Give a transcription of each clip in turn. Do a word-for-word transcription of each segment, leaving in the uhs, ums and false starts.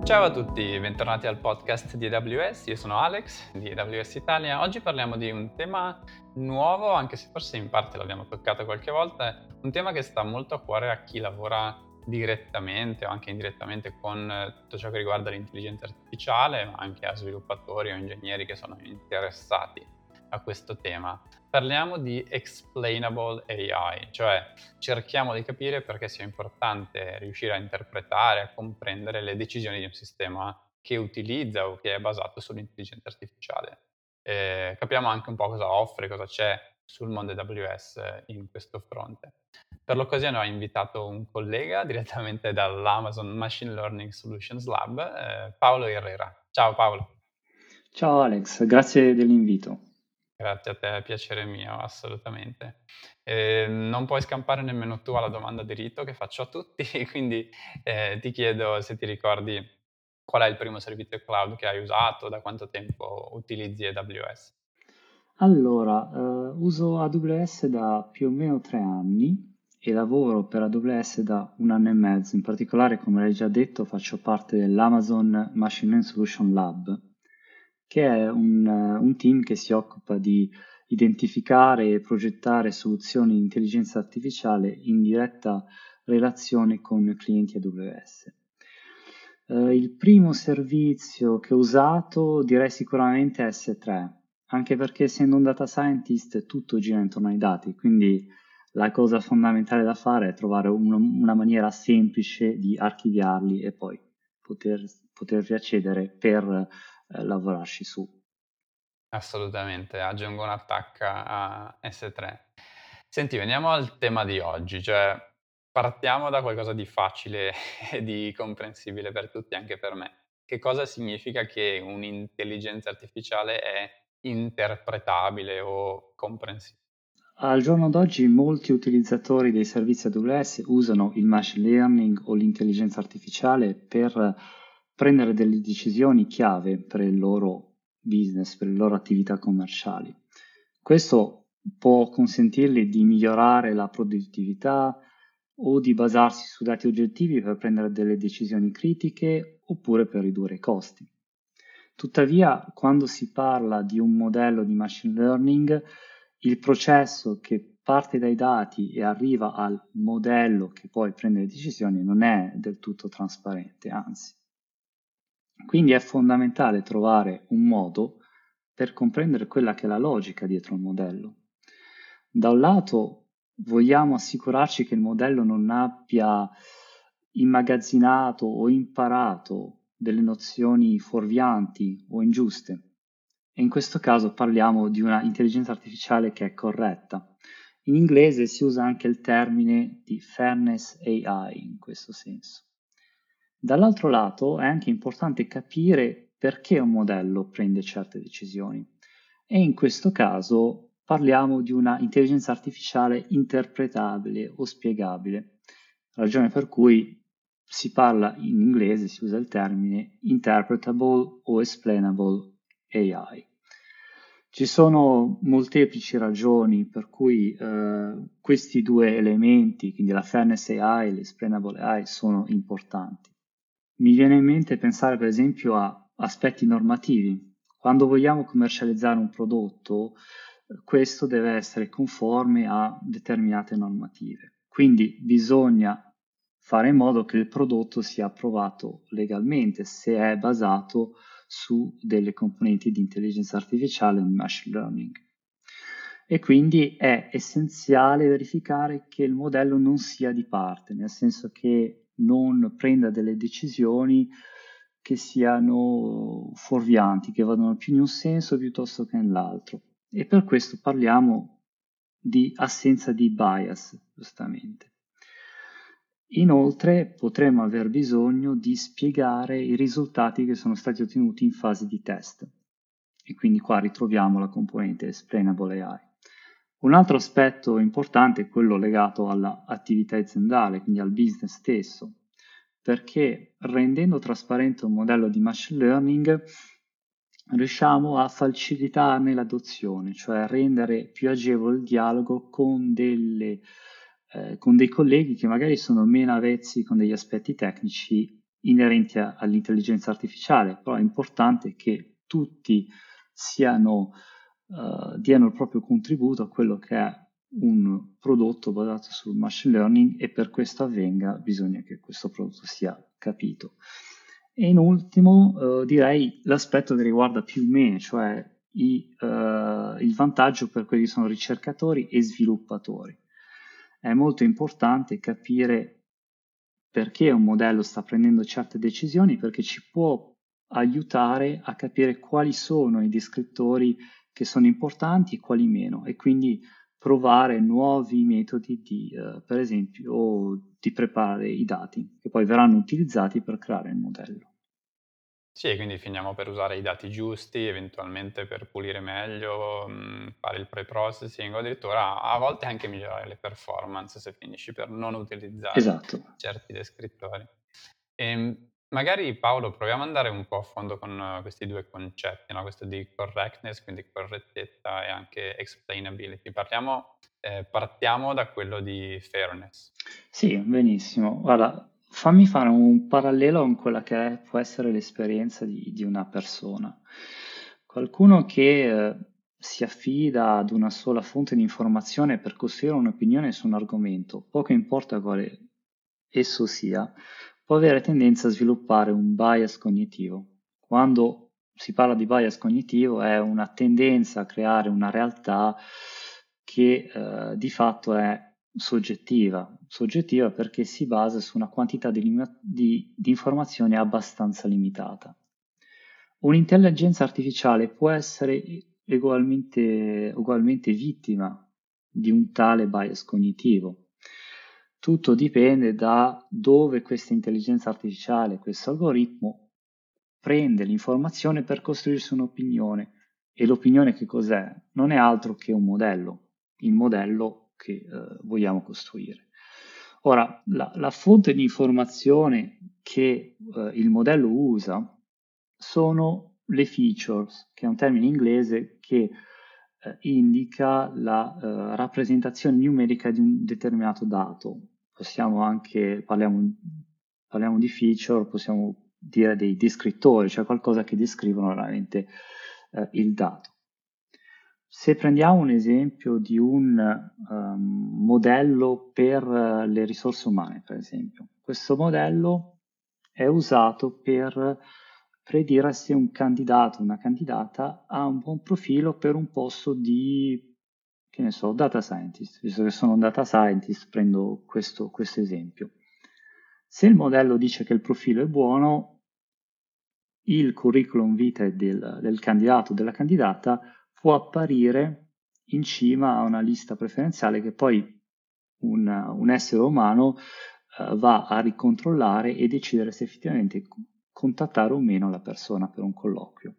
Ciao a tutti, bentornati al podcast di A W S, io sono Alex di A W S Italia. Oggi parliamo di un tema nuovo, anche se forse in parte l'abbiamo toccato qualche volta, un tema che sta molto a cuore a chi lavora direttamente o anche indirettamente con eh, tutto ciò che riguarda l'intelligenza artificiale, ma anche a sviluppatori o ingegneri che sono interessati a questo tema. Parliamo di explainable A I, cioè cerchiamo di capire perché sia importante riuscire a interpretare, a comprendere le decisioni di un sistema che utilizza o che è basato sull'intelligenza artificiale. Eh, capiamo anche un po' cosa offre, cosa c'è sul mondo A W S in questo fronte. Per l'occasione ho invitato un collega direttamente dall'Amazon Machine Learning Solutions Lab, eh, Paolo Herrera. Ciao Paolo. Ciao Alex, grazie dell'invito. Grazie a te, è piacere mio, assolutamente. Eh, non puoi scampare nemmeno tu alla domanda di rito che faccio a tutti, quindi eh, ti chiedo se ti ricordi qual è il primo servizio cloud che hai usato, da quanto tempo utilizzi A W S. Allora, eh, uso A W S da più o meno tre anni e lavoro per A W S da un anno e mezzo. In particolare, come hai già detto, faccio parte dell'Amazon Machine Learning Solution Lab, che è un, eh, un team che si occupa di identificare e progettare soluzioni di intelligenza artificiale in diretta relazione con clienti A W S. Eh, il primo servizio che ho usato direi sicuramente S tre, anche perché essendo un data scientist tutto gira intorno ai dati, quindi la cosa fondamentale da fare è trovare un- una maniera semplice di archiviarli e poi poter, potervi accedere per eh, lavorarci su. Assolutamente, aggiungo un'attacca a S tre. Senti, veniamo al tema di oggi, cioè partiamo da qualcosa di facile e di comprensibile per tutti, anche per me. Che cosa significa che un'intelligenza artificiale è interpretabile o comprensibile? Al giorno d'oggi molti utilizzatori dei servizi A W S usano il machine learning o l'intelligenza artificiale per prendere delle decisioni chiave per il loro business, per le loro attività commerciali. Questo può consentirgli di migliorare la produttività o di basarsi su dati oggettivi per prendere delle decisioni critiche oppure per ridurre i costi. Tuttavia, quando si parla di un modello di machine learning, il processo che parte dai dati e arriva al modello che poi prende le decisioni non è del tutto trasparente, anzi. Quindi è fondamentale trovare un modo per comprendere quella che è la logica dietro il modello. Da un lato vogliamo assicurarci che il modello non abbia immagazzinato o imparato delle nozioni fuorvianti o ingiuste. E in questo caso parliamo di una intelligenza artificiale che è corretta. In inglese si usa anche il termine di fairness A I in questo senso. Dall'altro lato è anche importante capire perché un modello prende certe decisioni e in questo caso parliamo di una intelligenza artificiale interpretabile o spiegabile, ragione per cui si parla in inglese, si usa il termine interpretable o explainable A I. Ci sono molteplici ragioni per cui eh, questi due elementi, quindi la fairness A I e l'explainable A I, sono importanti. Mi viene in mente pensare per esempio a aspetti normativi. Quando vogliamo commercializzare un prodotto, eh, questo deve essere conforme a determinate normative. Quindi bisogna fare in modo che il prodotto sia approvato legalmente se è basato su delle componenti di intelligenza artificiale e machine learning. E quindi è essenziale verificare che il modello non sia di parte, nel senso che non prenda delle decisioni che siano fuorvianti, che vadano più in un senso piuttosto che nell'altro. E per questo parliamo di assenza di bias, giustamente. Inoltre potremmo aver bisogno di spiegare i risultati che sono stati ottenuti in fase di test e quindi qua ritroviamo la componente explainable A I. Un altro aspetto importante è quello legato all'attività aziendale, quindi al business stesso, perché rendendo trasparente un modello di machine learning riusciamo a facilitarne l'adozione, cioè a rendere più agevole il dialogo con delle, eh, con dei colleghi che magari sono meno avvezzi con degli aspetti tecnici inerenti a- all'intelligenza artificiale, però è importante che tutti siano, eh, diano il proprio contributo a quello che è un prodotto basato sul machine learning, e per questo avvenga bisogna che questo prodotto sia capito. E in ultimo, eh, direi l'aspetto che riguarda più me, cioè i, eh, il vantaggio per quelli che sono ricercatori e sviluppatori. È molto importante capire perché un modello sta prendendo certe decisioni, perché ci può aiutare a capire quali sono i descrittori che sono importanti e quali meno, e quindi provare nuovi metodi di, eh, per esempio, di preparare i dati che poi verranno utilizzati per creare il modello. Sì, e quindi finiamo per usare i dati giusti, eventualmente per pulire meglio, mhmm, fare il pre-processing o addirittura a volte anche migliorare le performance se finisci per non utilizzare Esatto. certi descrittori. Ehm, magari Paolo proviamo ad andare un po' a fondo con eh, questi due concetti, no, questo di correctness, quindi correttezza e anche explainability. Parliamo ehm, partiamo da quello di fairness. Sì, benissimo. Guarda, fammi fare un parallelo con quella che è- può essere l'esperienza di, di una persona. Qualcuno che eh, si affida ad una sola fonte di informazione per costruire un'opinione su un argomento, poco importa quale esso sia, può avere tendenza a sviluppare un bias cognitivo. Quando si parla di bias cognitivo è una tendenza a creare una realtà che eh, di fatto è soggettiva, soggettiva perché si basa su una quantità di, lima- di- di informazioni abbastanza limitata. Un'intelligenza artificiale può essere ugualmente, ugualmente vittima di un tale bias cognitivo. Tutto dipende da dove questa intelligenza artificiale, questo algoritmo, prende l'informazione per costruirsi un'opinione. E l'opinione che cos'è? Non è altro che un modello, il modello che eh, vogliamo costruire. Ora, la, la fonte di informazione che eh, il modello usa sono le features, che è un termine inglese che eh, indica la eh, rappresentazione numerica di un determinato dato. Possiamo anche, parliamo, parliamo di feature, possiamo dire dei descrittori, cioè qualcosa che descrivono veramente eh, il dato. Se prendiamo un esempio di un um, modello per uh, le risorse umane, per esempio, questo modello è usato per predire se un candidato o una candidata ha un buon profilo per un posto di, che ne so, data scientist. Visto che sono un data scientist, prendo questo, questo esempio. Se il modello dice che il profilo è buono, il curriculum vitae del, del candidato o della candidata può apparire in cima a una lista preferenziale che poi un, un essere umano eh, va a ricontrollare e decidere se effettivamente contattare o meno la persona per un colloquio.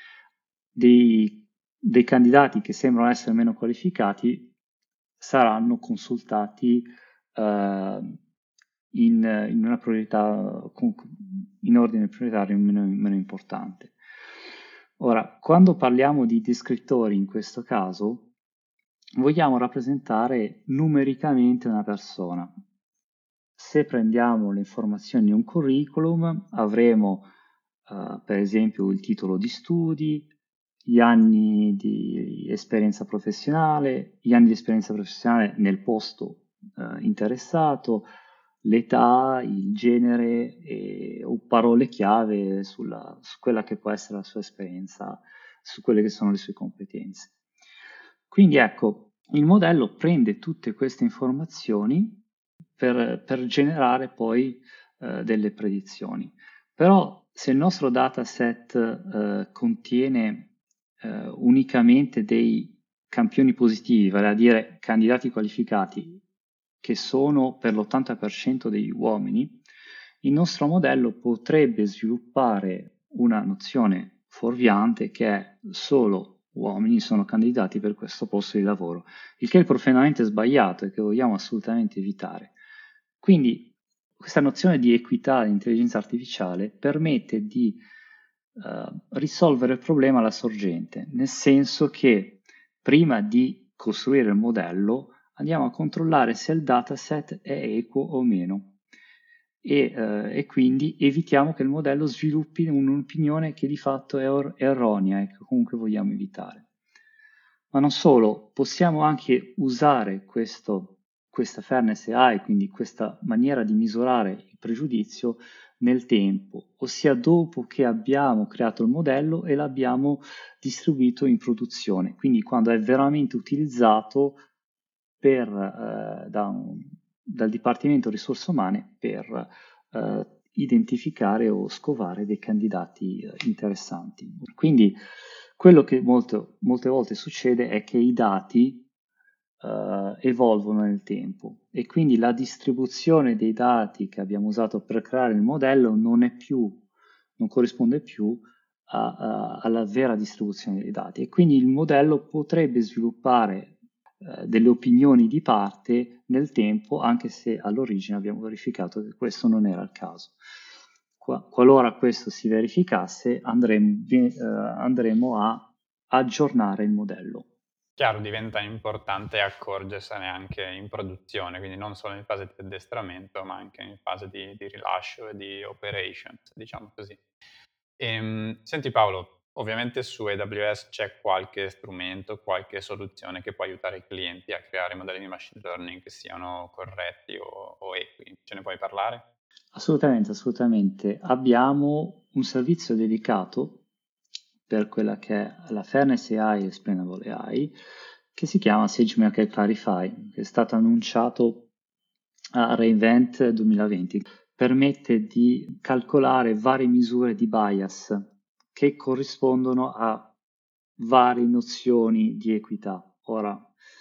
Dei, dei candidati che sembrano essere meno qualificati saranno consultati eh, in, in una priorità, in ordine prioritario meno, meno importante. Ora, quando parliamo di descrittori in questo caso, vogliamo rappresentare numericamente una persona. Se prendiamo le informazioni di un curriculum, avremo uh, per esempio il titolo di studi, gli anni di esperienza professionale, gli anni di esperienza professionale nel posto uh, interessato, l'età, il genere e, o parole chiave sulla, su quella che può essere la sua esperienza, su quelle che sono le sue competenze. Quindi ecco, il modello prende tutte queste informazioni per, per generare poi eh, delle predizioni. Però se il nostro dataset eh, contiene eh, unicamente dei campioni positivi, vale a dire candidati qualificati, che sono per l'ottanta per cento degli uomini, il nostro modello potrebbe sviluppare una nozione fuorviante che è solo uomini sono candidati per questo posto di lavoro, il che è profondamente sbagliato e che vogliamo assolutamente evitare. Quindi questa nozione di equità dell'intelligenza artificiale permette di uh, risolvere il problema alla sorgente, nel senso che prima di costruire il modello andiamo a controllare se il dataset è equo o meno. e, eh, e quindi evitiamo che il modello sviluppi un'opinione che di fatto è, or- è erronea e che comunque vogliamo evitare. Ma non solo, possiamo anche usare questo, questa fairness A I, quindi questa maniera di misurare il pregiudizio nel tempo, ossia dopo che abbiamo creato il modello e l'abbiamo distribuito in produzione, quindi quando è veramente utilizzato per, eh, da un, dal Dipartimento Risorse Umane per eh, identificare o scovare dei candidati eh, interessanti. Quindi quello che molto, molte volte succede è che i dati Uh, evolvono nel tempo e quindi la distribuzione dei dati che abbiamo usato per creare il modello non è più, non corrisponde più a, a, alla vera distribuzione dei dati e quindi il modello potrebbe sviluppare uh, delle opinioni di parte nel tempo anche se all'origine abbiamo verificato che questo non era il caso. Qua, qualora questo si verificasse andremo, uh, andremo a aggiornare il modello. Chiaro, diventa importante accorgersene anche in produzione, quindi non solo in fase di addestramento, ma anche in fase di, di rilascio e di operations, diciamo così. Ehm, senti Paolo, ovviamente su A W S c'è qualche strumento, qualche soluzione che può aiutare i clienti a creare modelli di machine learning che siano corretti o, o equi. Ce ne puoi parlare? Assolutamente, assolutamente. Abbiamo un servizio dedicato per quella che è la Fairness A I e Explainable A I, che si chiama SageMaker Clarify, che è stato annunciato a reInvent duemilaventi. Permette di calcolare varie misure di bias che corrispondono a varie nozioni di equità. Ora,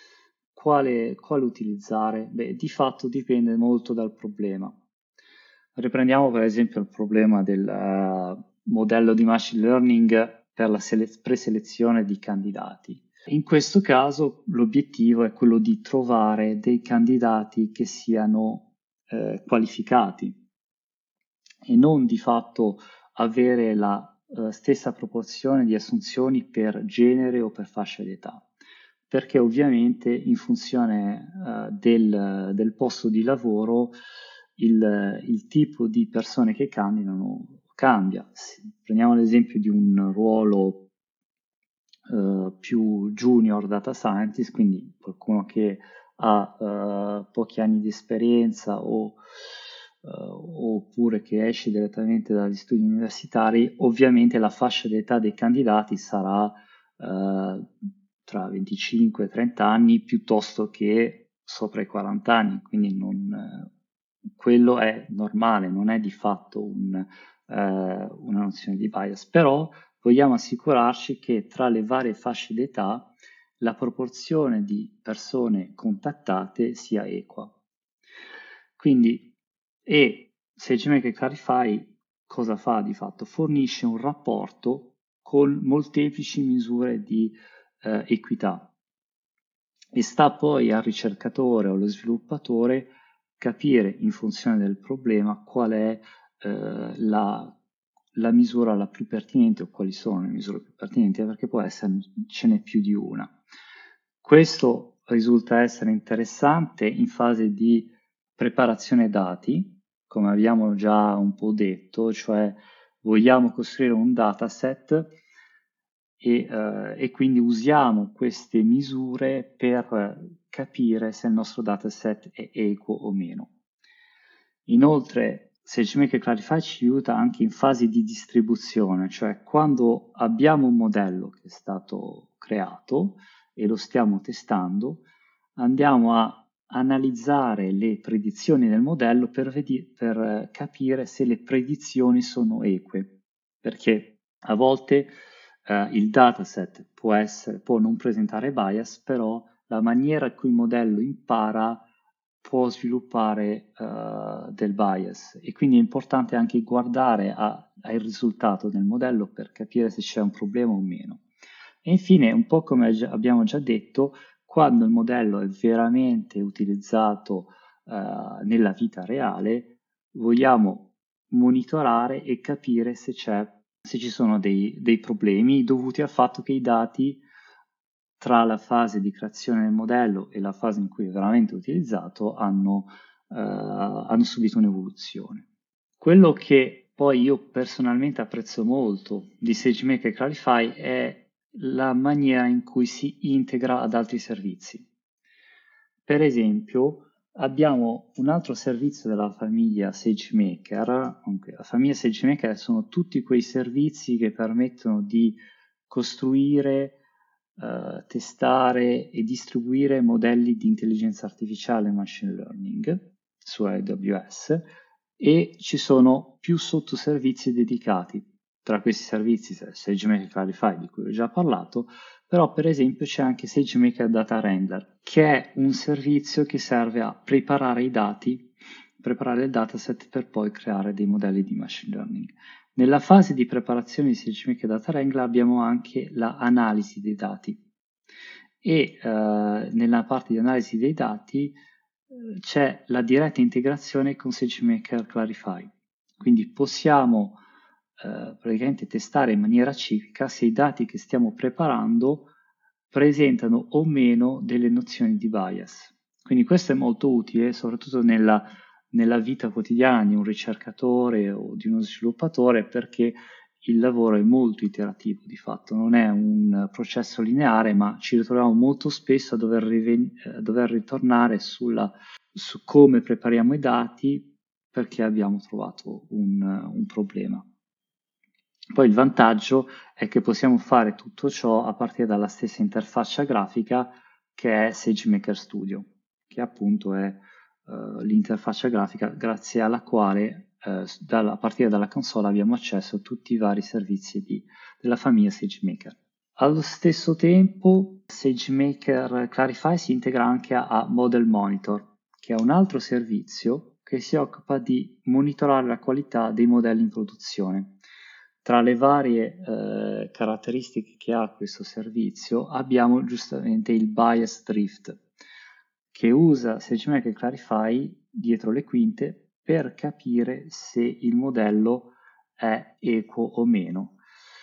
quale, quale utilizzare? Beh, di fatto dipende molto dal problema. Riprendiamo per esempio il problema del uh, modello di machine learning per la sele- preselezione di candidati. In questo caso l'obiettivo è quello di trovare dei candidati che siano eh, qualificati e non di fatto avere la uh, stessa proporzione di assunzioni per genere o per fascia d'età, perché ovviamente in funzione uh, del, del posto di lavoro il, il tipo di persone che candidano cambia. Prendiamo l'esempio di un ruolo Uh, più junior data scientist, quindi qualcuno che ha uh, pochi anni di esperienza o, uh, oppure che esce direttamente dagli studi universitari, ovviamente la fascia d'età dei candidati sarà uh, tra venticinque e trenta anni piuttosto che sopra i quaranta anni, quindi non, quello è normale, non è di fatto un, una nozione di bias, però vogliamo assicurarci che tra le varie fasce d'età la proporzione di persone contattate sia equa. Quindi, e SageMaker Clarify cosa fa di fatto? Fornisce un rapporto con molteplici misure di eh, equità e sta poi al ricercatore o allo sviluppatore capire in funzione del problema qual è eh, la la misura la più pertinente o quali sono le misure più pertinenti, perché può essere ce n'è più di una. Questo risulta essere interessante in fase di preparazione dati, come abbiamo già un po' detto, cioè vogliamo costruire un dataset e, eh, e quindi usiamo queste misure per capire se il nostro dataset è equo o meno. Inoltre, SageMaker Clarify ci aiuta anche in fase di distribuzione, cioè quando abbiamo un modello che è stato creato e lo stiamo testando, andiamo a analizzare le predizioni del modello per, vedi- per capire se le predizioni sono eque, perché a volte eh, il dataset può essere, può non presentare bias, però la maniera in cui il modello impara può sviluppare uh, del bias e quindi è importante anche guardare a, al risultato del modello per capire se c'è un problema o meno. E infine, un po' come già, abbiamo già detto, quando il modello è veramente utilizzato uh, nella vita reale, vogliamo monitorare e capire se, c'è, se ci sono dei, dei problemi dovuti al fatto che i dati tra la fase di creazione del modello e la fase in cui è veramente utilizzato hanno, uh, hanno subito un'evoluzione. Quello che poi io personalmente apprezzo molto di SageMaker e Clarify è la maniera in cui si integra ad altri servizi. Per esempio, abbiamo un altro servizio della famiglia SageMaker. Comunque, la famiglia SageMaker sono tutti quei servizi che permettono di costruire, eh, testare e distribuire modelli di intelligenza artificiale e machine learning su A W S, e ci sono più sottoservizi dedicati. Tra questi servizi c'è SageMaker Clarify, di cui ho già parlato, però per esempio c'è anche SageMaker Data Wrangler, che è un servizio che serve a preparare i dati, preparare il dataset per poi creare dei modelli di machine learning. Nella fase di preparazione di SageMaker Data Wrangler abbiamo anche l'analisi dei dati, e eh, nella parte di analisi dei dati eh, c'è la diretta integrazione con SageMaker Clarify. Quindi possiamo eh, praticamente testare in maniera ciclica se i dati che stiamo preparando presentano o meno delle nozioni di bias. Quindi questo è molto utile, soprattutto nella, nella vita quotidiana di un ricercatore o di uno sviluppatore, perché il lavoro è molto iterativo di fatto, non è un processo lineare, ma ci ritroviamo molto spesso a dover, riven- a dover ritornare sulla, su come prepariamo i dati perché abbiamo trovato un, un problema. Poi il vantaggio è che possiamo fare tutto ciò a partire dalla stessa interfaccia grafica che è SageMaker Studio, che appunto è uh, l'interfaccia grafica grazie alla quale uh, dalla, a partire dalla console abbiamo accesso a tutti i vari servizi di, della famiglia SageMaker. Allo stesso tempo SageMaker Clarify si integra anche a, a Model Monitor, che è un altro servizio che si occupa di monitorare la qualità dei modelli in produzione. Tra le varie eh, caratteristiche che ha questo servizio abbiamo giustamente il bias drift, che usa SageMaker Clarify dietro le quinte per capire se il modello è equo o meno.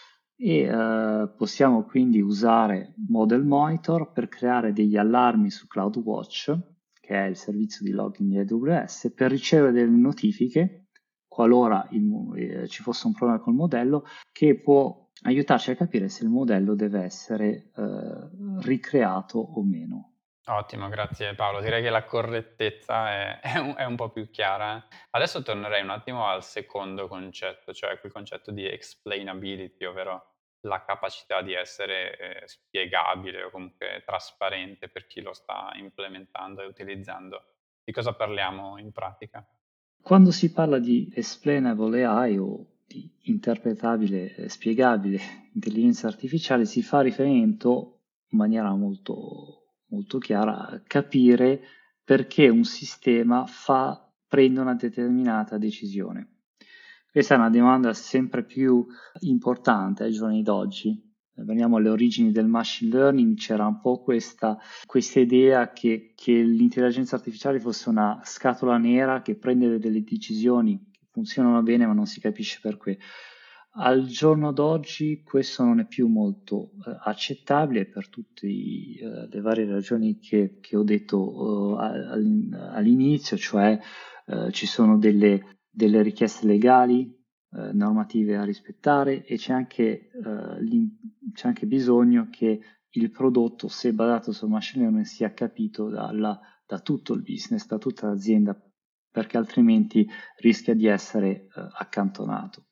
E eh, possiamo quindi usare Model Monitor per creare degli allarmi su CloudWatch, che è il servizio di login di A W S, per ricevere delle notifiche qualora il, eh, ci fosse un problema col modello, che può aiutarci a capire se il modello deve essere eh, ricreato o meno. Ottimo, grazie Paolo. Direi che la correttezza è, è un, è un po' più chiara. Adesso tornerei un attimo al secondo concetto, cioè quel concetto di explainability, ovvero la capacità di essere eh, spiegabile o comunque trasparente per chi lo sta implementando e utilizzando. Di cosa parliamo in pratica? Quando si parla di explainable A I o di interpretabile, eh, spiegabile intelligenza artificiale, si fa riferimento in maniera molto, molto chiara a capire perché un sistema fa, prende una determinata decisione. Questa è una domanda sempre più importante ai giorni d'oggi. Veniamo alle origini del machine learning, c'era un po' questa, questa idea che, che l'intelligenza artificiale fosse una scatola nera che prende delle decisioni che funzionano bene ma non si capisce perché. Al giorno d'oggi questo non è più molto eh, accettabile per tutte eh, le varie ragioni che, che ho detto eh, all'inizio, cioè eh, ci sono delle, delle richieste legali, eh, normative a rispettare, e c'è anche, eh, c'è anche bisogno che il prodotto, se basato sul machine learning, sia capito dalla, da tutto il business, da tutta l'azienda, perché altrimenti rischia di essere eh, accantonato.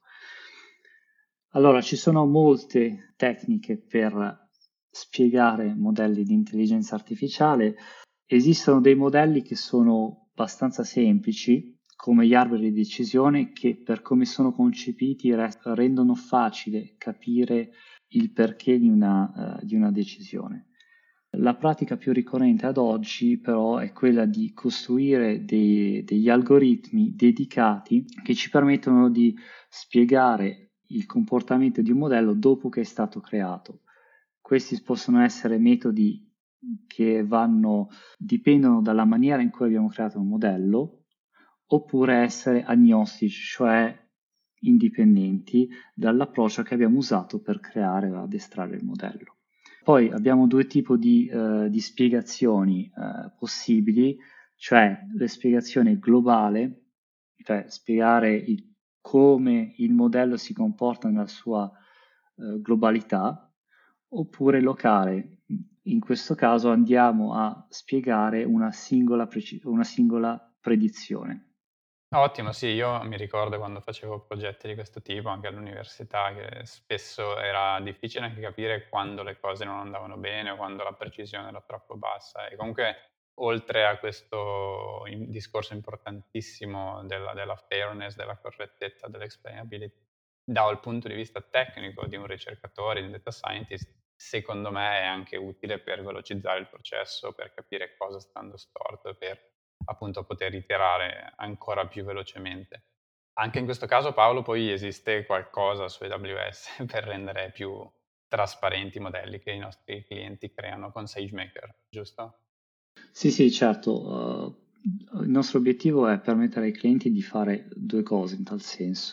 Allora, ci sono molte tecniche per spiegare modelli di intelligenza artificiale. Esistono dei modelli che sono abbastanza semplici, come gli alberi di decisione, che per come sono concepiti rendono facile capire il perché di una, uh, di una decisione. La pratica più ricorrente ad oggi però è quella di costruire dei, degli algoritmi dedicati che ci permettono di spiegare il comportamento di un modello dopo che è stato creato. Questi possono essere metodi che vanno, dipendono dalla maniera in cui abbiamo creato un modello, oppure essere agnostici, cioè indipendenti dall'approccio che abbiamo usato per creare o addestrare il modello. Poi abbiamo due tipi di, eh, di spiegazioni eh, possibili, cioè la spiegazione globale, cioè spiegare il come il modello si comporta nella sua eh, globalità, oppure locale. In questo caso andiamo a spiegare una singola, preci- una singola predizione. Ottimo, sì, io mi ricordo quando facevo progetti di questo tipo, anche all'università, che spesso era difficile anche capire quando le cose non andavano bene o quando la precisione era troppo bassa. E comunque, oltre a questo in- discorso importantissimo della, della fairness, della correttezza, dell'explainability, dal punto di vista tecnico di un ricercatore, di un data scientist, secondo me è anche utile per velocizzare il processo, per capire cosa sta andando storto, per appunto poter iterare ancora più velocemente. Anche in questo caso, Paolo, poi esiste qualcosa su A W S per rendere più trasparenti i modelli che i nostri clienti creano con SageMaker, giusto? Sì, sì, certo. eh, il nostro obiettivo è permettere ai clienti di fare due cose in tal senso.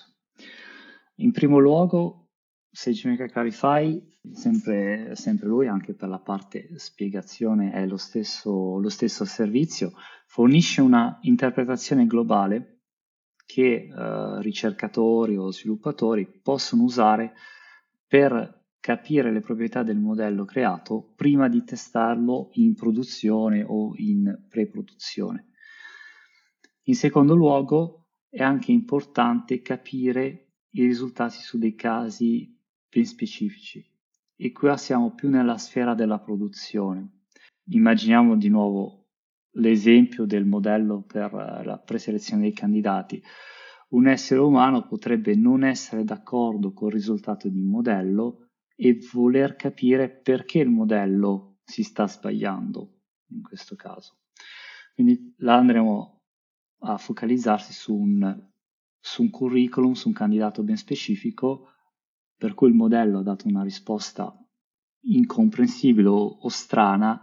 In primo luogo, SageMaker Clarify, sempre, sempre lui, anche per la parte spiegazione, è lo stesso, lo stesso servizio, fornisce una interpretazione globale che eh, ricercatori o sviluppatori possono usare per capire le proprietà del modello creato prima di testarlo in produzione o in pre-produzione. In secondo luogo, è anche importante capire i risultati su dei casi ben specifici. E qua siamo più nella sfera della produzione. Immaginiamo di nuovo l'esempio del modello per eh, la preselezione dei candidati. Un essere umano potrebbe non essere d'accordo col risultato di un modello e voler capire perché il modello si sta sbagliando in questo caso. Quindi là andremo a focalizzarsi su un, su un curriculum, su un candidato ben specifico, per cui il modello ha dato una risposta incomprensibile o, o strana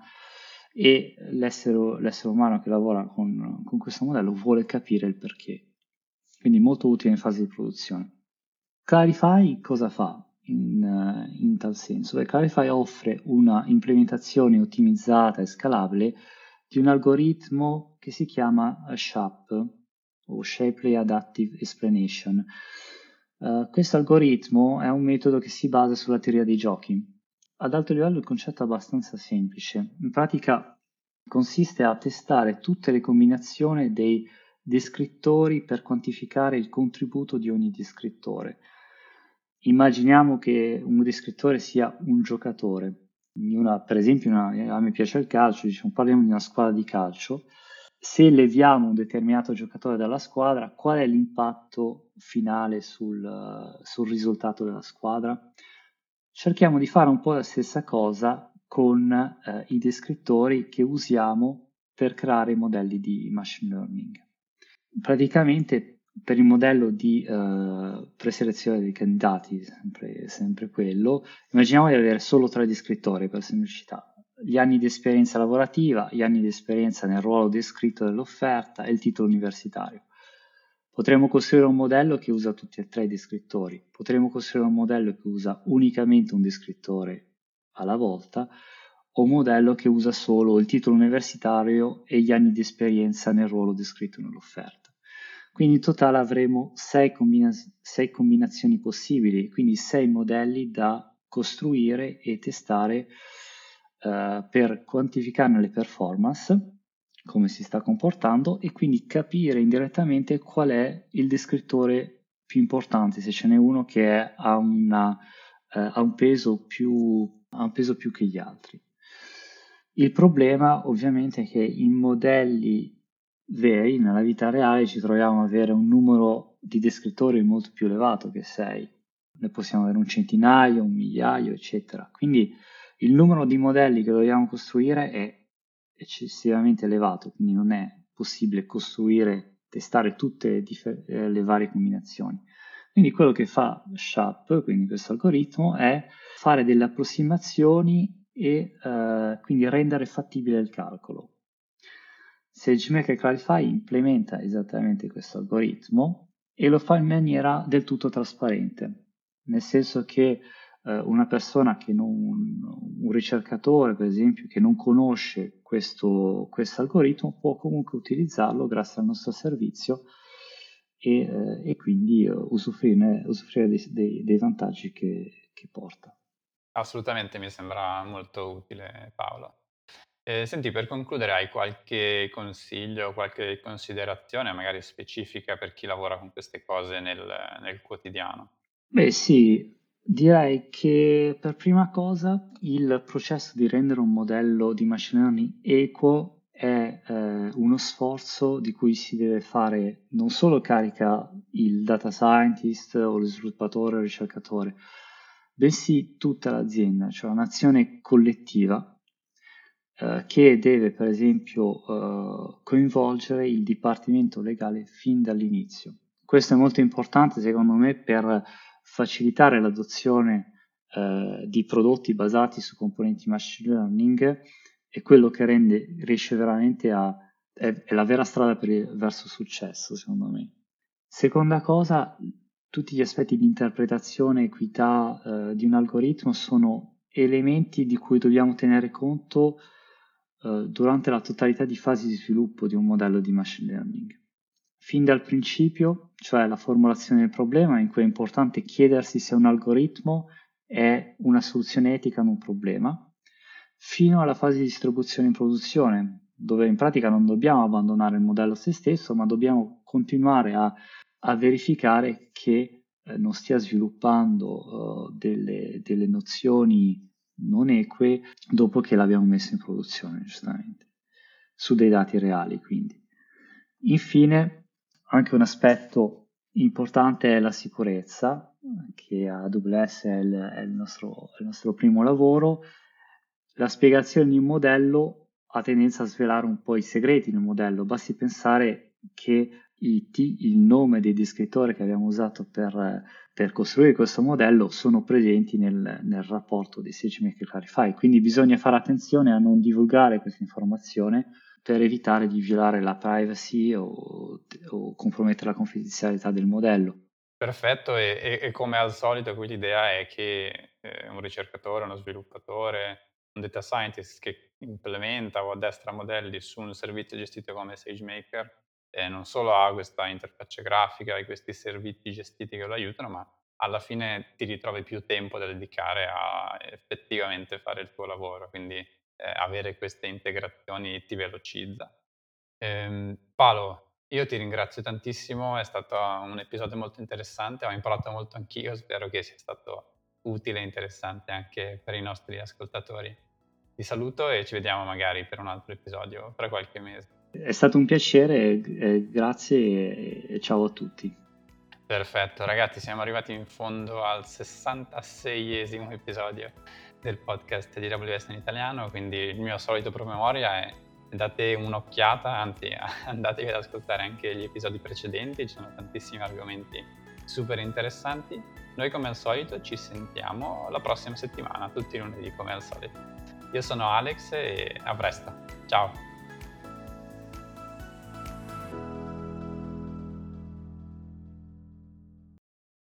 e l'essere, l'essere umano che lavora con, con questo modello vuole capire il perché. Quindi molto utile in fase di produzione. Clarify cosa fa in, eh, in tal senso? Beh, Clarify offre una implementazione ottimizzata e scalabile di un algoritmo che si chiama SHAP o Shapely Adaptive Explanation. Uh, questo algoritmo è un metodo che si basa sulla teoria dei giochi. Ad alto livello il concetto è abbastanza semplice. In pratica consiste a testare tutte le combinazioni dei descrittori per quantificare il contributo di ogni descrittore. Immaginiamo che un descrittore sia un giocatore. Una, per esempio, una, a me piace il calcio, diciamo, parliamo di una squadra di calcio. Se leviamo un determinato giocatore dalla squadra, qual è l'impatto finale sul, sul risultato della squadra? Cerchiamo di fare un po' la stessa cosa con eh, i descrittori che usiamo per creare i modelli di machine learning. Praticamente per il modello di eh, preselezione dei candidati, sempre, sempre quello, immaginiamo di avere solo tre descrittori per semplicità. Gli anni di esperienza lavorativa, gli anni di esperienza nel ruolo descritto dell'offerta e il titolo universitario. Potremmo costruire un modello che usa tutti e tre i descrittori, potremmo costruire un modello che usa unicamente un descrittore alla volta, o un modello che usa solo il titolo universitario e gli anni di esperienza nel ruolo descritto nell'offerta. Quindi in totale avremo sei, combina- sei combinazioni possibili, quindi sei modelli da costruire e testare eh, per quantificarne le performance, come si sta comportando e quindi capire indirettamente qual è il descrittore più importante, se ce n'è uno che è, ha, una, eh, ha un peso più, ha un peso più che gli altri. Il problema ovviamente è che in modelli veri, nella vita reale, ci troviamo ad avere un numero di descrittori molto più elevato che sei. Ne possiamo avere un centinaio, un migliaio, eccetera. Quindi il numero di modelli che dobbiamo costruire è eccessivamente elevato, quindi non è possibile costruire, testare tutte le, differ- eh, le varie combinazioni. Quindi quello che fa SHAP, quindi questo algoritmo, è fare delle approssimazioni e eh, quindi rendere fattibile il calcolo. SageMaker Clarify implementa esattamente questo algoritmo e lo fa in maniera del tutto trasparente, nel senso che eh, una persona che non, un ricercatore per esempio, che non conosce questo, questo algoritmo può comunque utilizzarlo grazie al nostro servizio e, eh, e quindi eh, usufruire, usufruire dei, dei- dei vantaggi che, che porta. Assolutamente, mi sembra molto utile, Paolo. Eh, senti, per concludere, hai qualche consiglio, qualche considerazione, magari specifica per chi lavora con queste cose nel, nel quotidiano? Beh, sì, direi che per prima cosa il processo di rendere un modello di machine learning equo è eh, uno sforzo di cui si deve fare non solo carica il data scientist o lo sviluppatore o il ricercatore, bensì tutta l'azienda, cioè un'azione collettiva eh, che deve per esempio eh, coinvolgere il dipartimento legale fin dall'inizio. Questo è molto importante secondo me per facilitare l'adozione eh, di prodotti basati su componenti machine learning è quello che rende, riesce veramente a, è, è la vera strada per il- verso il successo, secondo me. Seconda cosa, tutti gli aspetti di interpretazione e equità eh, di un algoritmo sono elementi di cui dobbiamo tenere conto eh, durante la totalità di fasi di sviluppo di un modello di machine learning. Fin dal principio, cioè la formulazione del problema, in cui è importante chiedersi se un algoritmo è una soluzione etica a un problema, fino alla fase di distribuzione in produzione, dove in pratica non dobbiamo abbandonare il modello a se stesso, ma dobbiamo continuare a, a verificare che eh, non stia sviluppando eh, delle, delle nozioni non eque dopo che l'abbiamo messo in produzione, giustamente, su dei dati reali, quindi. Infine, anche un aspetto importante è la sicurezza, che a A W S è il, è il nostro, è il nostro primo lavoro. La spiegazione di un modello ha tendenza a svelare un po' i segreti del modello. Basti pensare che i T, il nome dei descrittori che abbiamo usato per, per costruire questo modello sono presenti nel, nel rapporto dei SageMaker Clarify, quindi bisogna fare attenzione a non divulgare questa informazione per evitare di violare la privacy o, o compromettere la confidenzialità del modello. Perfetto, e, e- e come al solito qui l'idea è che eh, un ricercatore, uno sviluppatore, un data scientist che implementa o addestra modelli su un servizio gestito come SageMaker eh, non solo ha questa interfaccia grafica e questi servizi gestiti che lo aiutano, ma alla fine ti ritrovi più tempo da dedicare a effettivamente fare il tuo lavoro, quindi eh, avere queste integrazioni ti velocizza. Ehm, Paolo, io ti ringrazio tantissimo, è stato un episodio molto interessante, ho imparato molto anch'io, spero che sia stato utile e interessante anche per i nostri ascoltatori. Ti saluto e ci vediamo magari per un altro episodio tra qualche mese. È stato un piacere, eh, grazie e, e ciao a tutti. Perfetto, ragazzi, siamo arrivati in fondo al sessantaseiesimo episodio del podcast di A W S in italiano, quindi il mio solito promemoria è date un'occhiata, anzi andatevi ad ascoltare anche gli episodi precedenti, ci sono tantissimi argomenti super interessanti. Noi come al solito ci sentiamo la prossima settimana, tutti i lunedì come al solito. Io sono Alex e a presto, ciao!